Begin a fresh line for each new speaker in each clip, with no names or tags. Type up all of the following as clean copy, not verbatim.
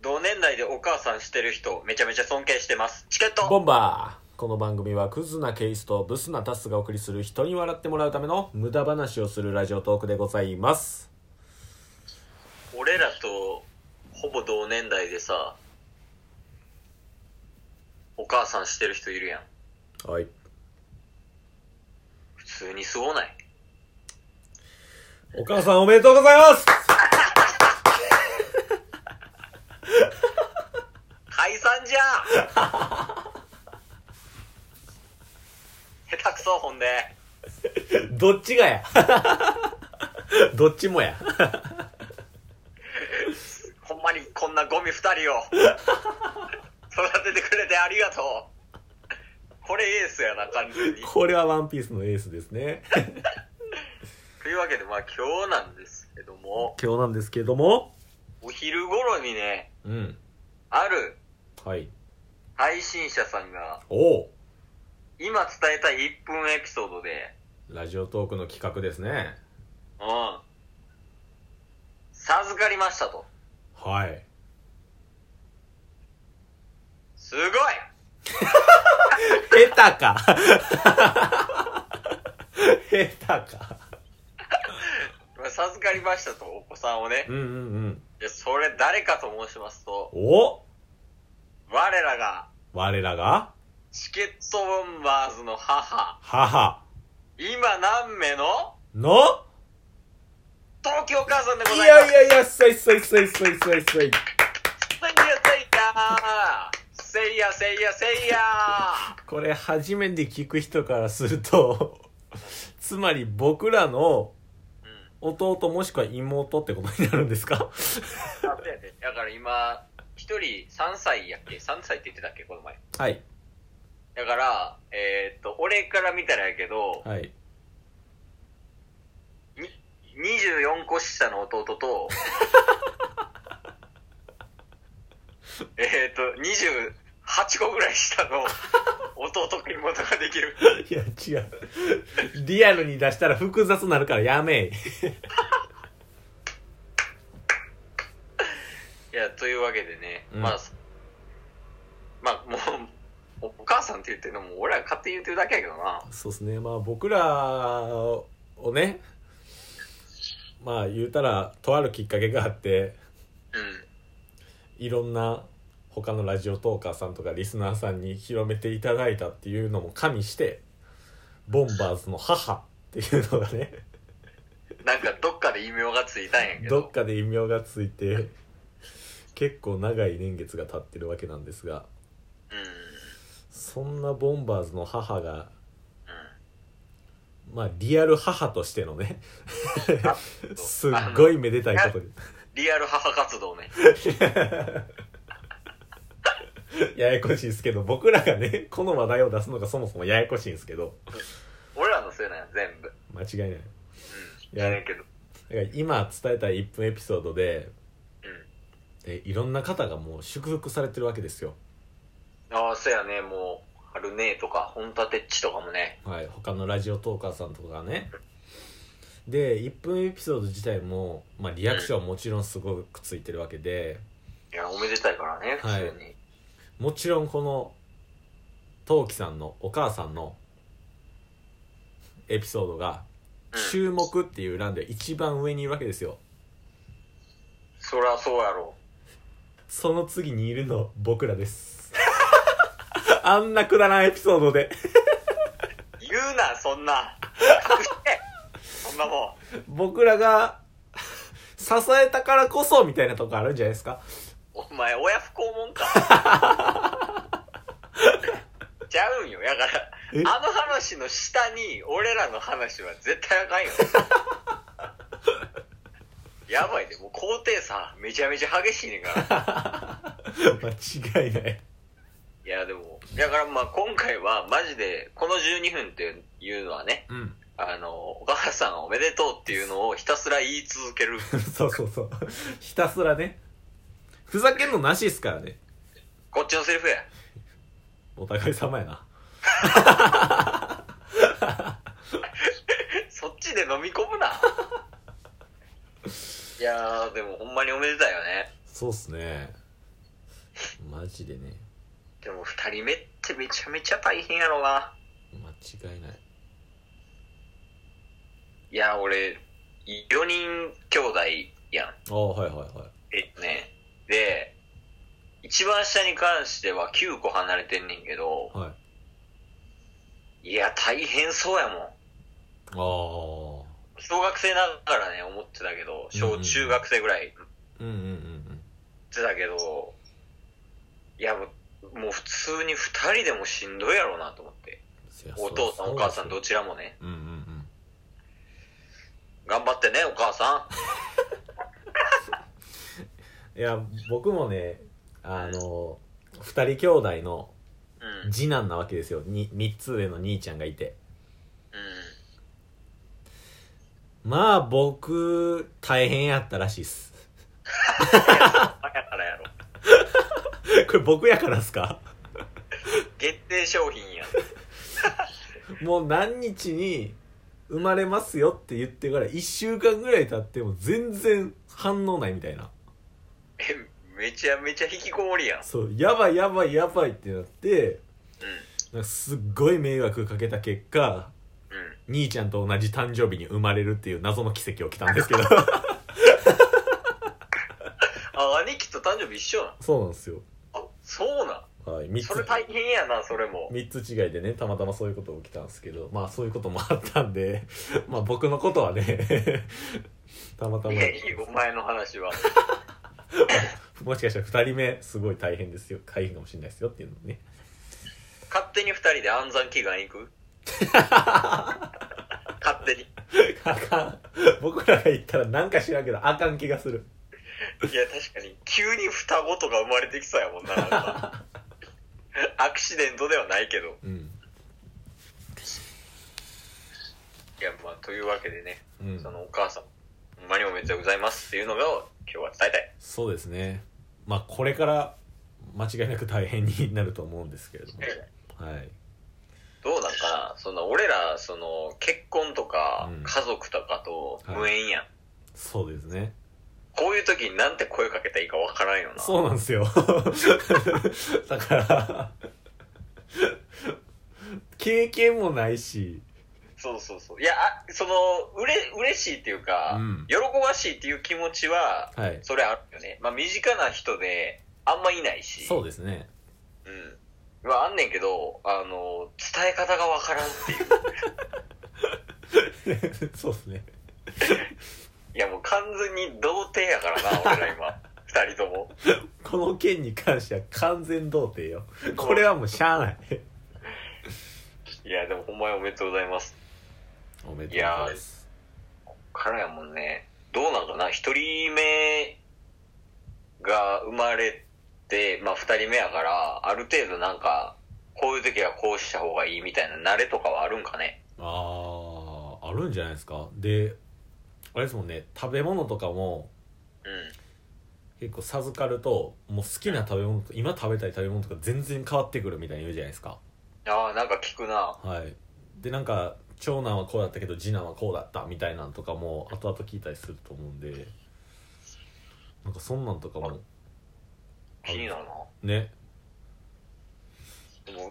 同年代でお母さんしてる人めちゃめちゃ尊敬してます。チケット
ボンバー。この番組はクズなケイスとブスなタスがお送りする人に笑ってもらうための無駄話をするラジオトークでございます。
俺らとほぼ同年代でさ、お母さんしてる人いるやん。
はい。
普通にすごない？
お母さんおめでとうございます
解散じゃ下手くそほんで
どっちがやどっちもや
ほんまにこんなゴミ2人を育ててくれてありがとう。これエースやな、完全に。
これはワンピースのエースですね
というわけで今日なんですけども、
今日なんですけども、
お昼頃にね、ある
はい
配信者さんが
お
今伝えたい1分エピソードで、
ラジオトークの企画ですね。
授かりましたと。
はい。
すごい
下手か下手か
授かりましたと、お子さんをね。でそれ誰かと申しますと、我らがチケットボンバーズの母今何名の東京母さんでございます。
いやせいやこれ初めて聞く人からするとつまり僕らの弟もしくは妹ってことになるんですか？
だから今一人3歳やっけ、3歳って言ってたっけこの前。
はい。
だから俺から見たらやけど、
はい、
24個下の弟と28個ぐらい下の弟と妹ができる。
いや違う、リアルに出したら複雑になるからやめい
いや、というわけでね、まあもうお母さんって言ってるのも俺らが勝手に言ってるだけやけどな。
そうですね。まあ僕らをね、まあ言うたらとあるきっかけがあって、いろんな他のラジオトーカーさんとかリスナーさんに広めていただいたっていうのも加味してボンバーズの母っていうのがね
なんかどっかで異名がついたんやけど、
どっかで異名がついて結構長い年月が経ってるわけなんですが、そんなボンバーズの母が、まあリアル母としてのねすっごいめでたいことに
リアル母活動ね
ややこしいですけど、僕らがねこの話題を出すのがそもそもややこしいんですけど
俺らのせいなんや全部。
間違いない。
やねんけど、
だから今伝えたい1分エピソードで、いろんな方がもう祝福されてるわけですよ。
ああ、そうやね。もうあるねとか本立てっちとかもね、
はい、他のラジオトーカーさんとかね。で1分エピソード自体も、まあ、リアクションはもちろんすごくついてるわけで、
いやおめでたいからね普通に、
もちろんこのトウキさんのお母さんのエピソードが注目っていう欄で一番上にいるわけですよ。
そりゃそうやろ。
その次にいるの僕らですあんなくだらんエピソードで
言うな、そんな隠してそんなもん
僕らが支えたからこそみたいなとこあるんじゃないですか。
お前親不孝もんかちゃうんよ。だからあの話の下に俺らの話は絶対あかんよやばいで、もう高低差めちゃめちゃ激しいねんから
間違いない。
いやでもだからまあ今回はマジでこの12分っていうのはね、お母さんおめでとうっていうのをひたすら言い続ける
そうひたすらね、ふざけんのなしっすからね。
こっちのセリフや。
お互い様やな
そっちで飲み込むないやーでもほんまにおめでたいよね。
そうっすね。 マジでね。
でも2人目ってめちゃめちゃ大変やろな。
間違いない。
いや、俺、4人兄弟やん。
ああ、はいはいはい。
で、一番下に関しては9個離れてんねんけど、はい。いや、大変そうやもん。ああ。小学生ながらね、思ってたけど、小中学生ぐらい。ってたけど、いや、もう普通に2人でもしんどいやろうなと思って。お父さん、お母さんどちらもね。頑張ってね、お母さ
ん。いや、僕もね、2人兄弟の次男なわけですよ。3つ上の兄ちゃんがいて。まあ、僕、大変やったらしいっす。
やからやろ。
これ僕やからっすか？
限定商品や。
もう何日に生まれますよって言ってから1週間ぐらい経っても全然反応ないみたいな。
めちゃめちゃ引きこもりやん。
そう、やばいやばいやばいってなって、なんかすっごい迷惑かけた結果、兄ちゃんと同じ誕生日に生まれるっていう謎の奇跡起きたんですけど。
あ、兄貴と誕生日一緒なん？
そうなんですよ。
あ、そうなん？はい、3つそれ大変やな。それも
3つ違いでね、たまたまそういうこと起きたんですけど、まあそういうこともあったんで、まあ僕のことはねたまたま。
いや、いいお前の話は。
もしかしたら2人目すごい大変ですよ、大変かもしれないですよっていうのね。
勝手に2人で安産祈願行く？勝手に。
あかん。僕らが言ったらなんか知らんけどあかん気がする。
いや、確かに急に双子とか生まれてきそうやもんな。なんかアクシデントではないけど、いや、まあというわけでね、そのお母さんほんまにおめでとうございますっていうのが今日は伝えたい。
そうですね。まあこれから間違いなく大変になると思うんですけれども、はい。
どうなんかな、その俺らその結婚とか家族とかと無縁やん、
そうですね。
こういう時になんて声かけたらいいかわからんよな。
そうなんですよ。だから経験もないし。
そうそうそう。いや、その嬉しいっていうか、喜ばしいっていう気持ちは、それあるよね。まあ身近な人であんまいないし。
そうですね。
まあんねんけど、伝え方がわからんっていう。
そうですね。
いやもう完全に童貞やからな、俺ら今。二人とも。
この件に関しては完全童貞よ。これはもうしゃあない。
いや、でもほんまにおめでとうございます。
おめでとうございます。
こっからやもんね。どうなんかな、一人目が生まれて、まあ二人目やから、ある程度なんか、こういう時はこうした方がいいみたいな慣れとかはあるんかね。
あるんじゃないですか。で、あれですもんね、食べ物とかも、結構授かるともう好きな食べ物と今食べたい食べ物とか全然変わってくるみたいに言うじゃないですか。
なんか聞くな。
はい。で、なんか長男はこうだったけど次男はこうだったみたいなんとかも後々聞いたりすると思うんで、なんかそんなんとかも
気になるな。
ね。
でも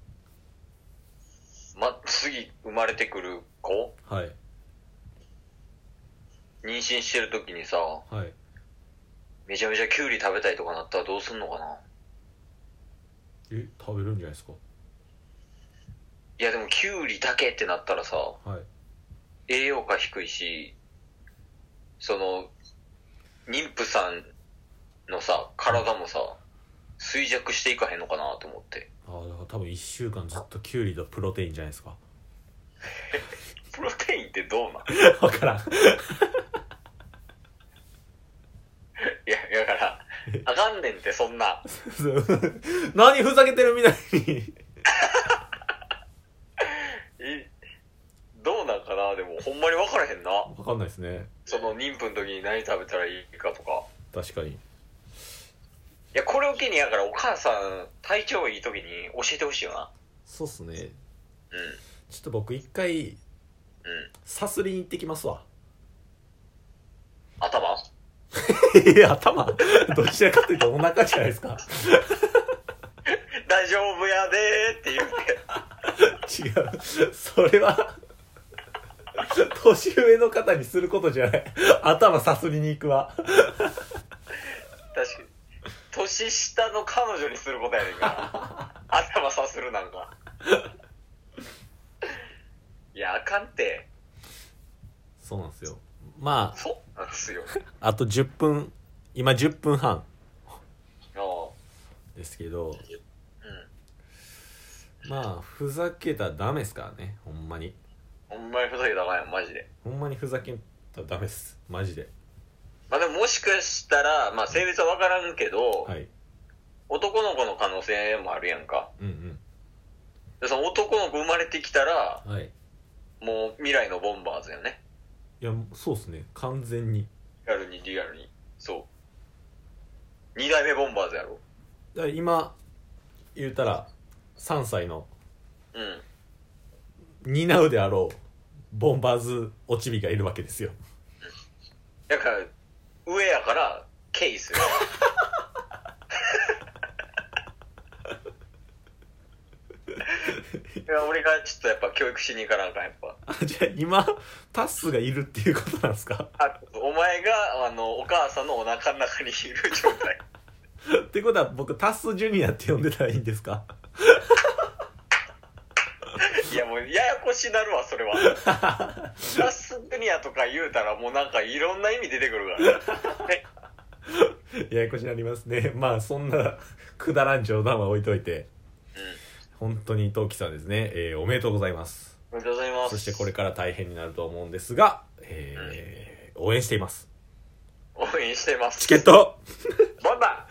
次生まれてくる子、
はい、
妊娠してる時にさ、
はい、
めちゃめちゃキュウリ食べたいとかなったらどうすんのかな。
食べるんじゃないですか。
いやでもキュウリだけってなったらさ、
はい、
栄養価低いし、その妊婦さんのさ体もさ衰弱していかへんのかなと思って。
だから多分1週間ずっとキュウリとプロテインじゃないですか。
プロテインってどうなん？
分からん。い
やだからあかんねんってそんな。
何ふざけてるみたいに。
どうなんかな。でもほんまに分からへんな。
分かんないですね。
その妊婦の時に何食べたらいいかとか。
確かに。い
やこれを機にやからお母さん体調がいい時に教えてほしいよな。
そうっすね。ちょっと僕一回さすりに行ってきますわ。
頭
頭どちらかというとお腹じゃないですか。
大丈夫やでーって
言って違う、それは年上の方にすることじゃない。頭さすりに行くわ。
確かに年下の彼女にすることやねんから頭さするなんかいやあかんて。
そうなんですよ。まあ
そうなんですよ
あと10分、今10分半ですけど、まあふざけたらダメですからね。ほんまに
ふざけたらダメやんマジで。
ほんまにふざけたらダメっすマジで。
まあでももしかしたらまあ性別は分からんけど、
はい、
男の子の可能性もあるやんか。
うんうん。
でその男の子生まれてきたら、
はい、
もう未来のボンバーズやね。
いやそうっすね、完全に
リアルにそう2代目ボンバーズやろ。
だから今言うたら3歳の担うであろうボンバーズおちびがいるわけですよ。
だから上やからケイスよいや俺がちょっとやっぱ教育しに行かなあかんやっぱ。
じゃあ今タッスがいるっていうことなんですか。
お前がお母さんのお腹の中にいる状態
ってことは僕タッスジュニアって呼んでたらいいんですか。
いやもうややこしなるわそれはタッスジュニアとか言うたらもうなんかいろんな意味出てくるからね
ややこしなりますね。まあそんなくだらん冗談は置いといて、本当にトウキさんですね、おめでとうございます。
おめでとうございます。
そしてこれから大変になると思うんですが、応援しています。
応援しています。
チケット
ボンバー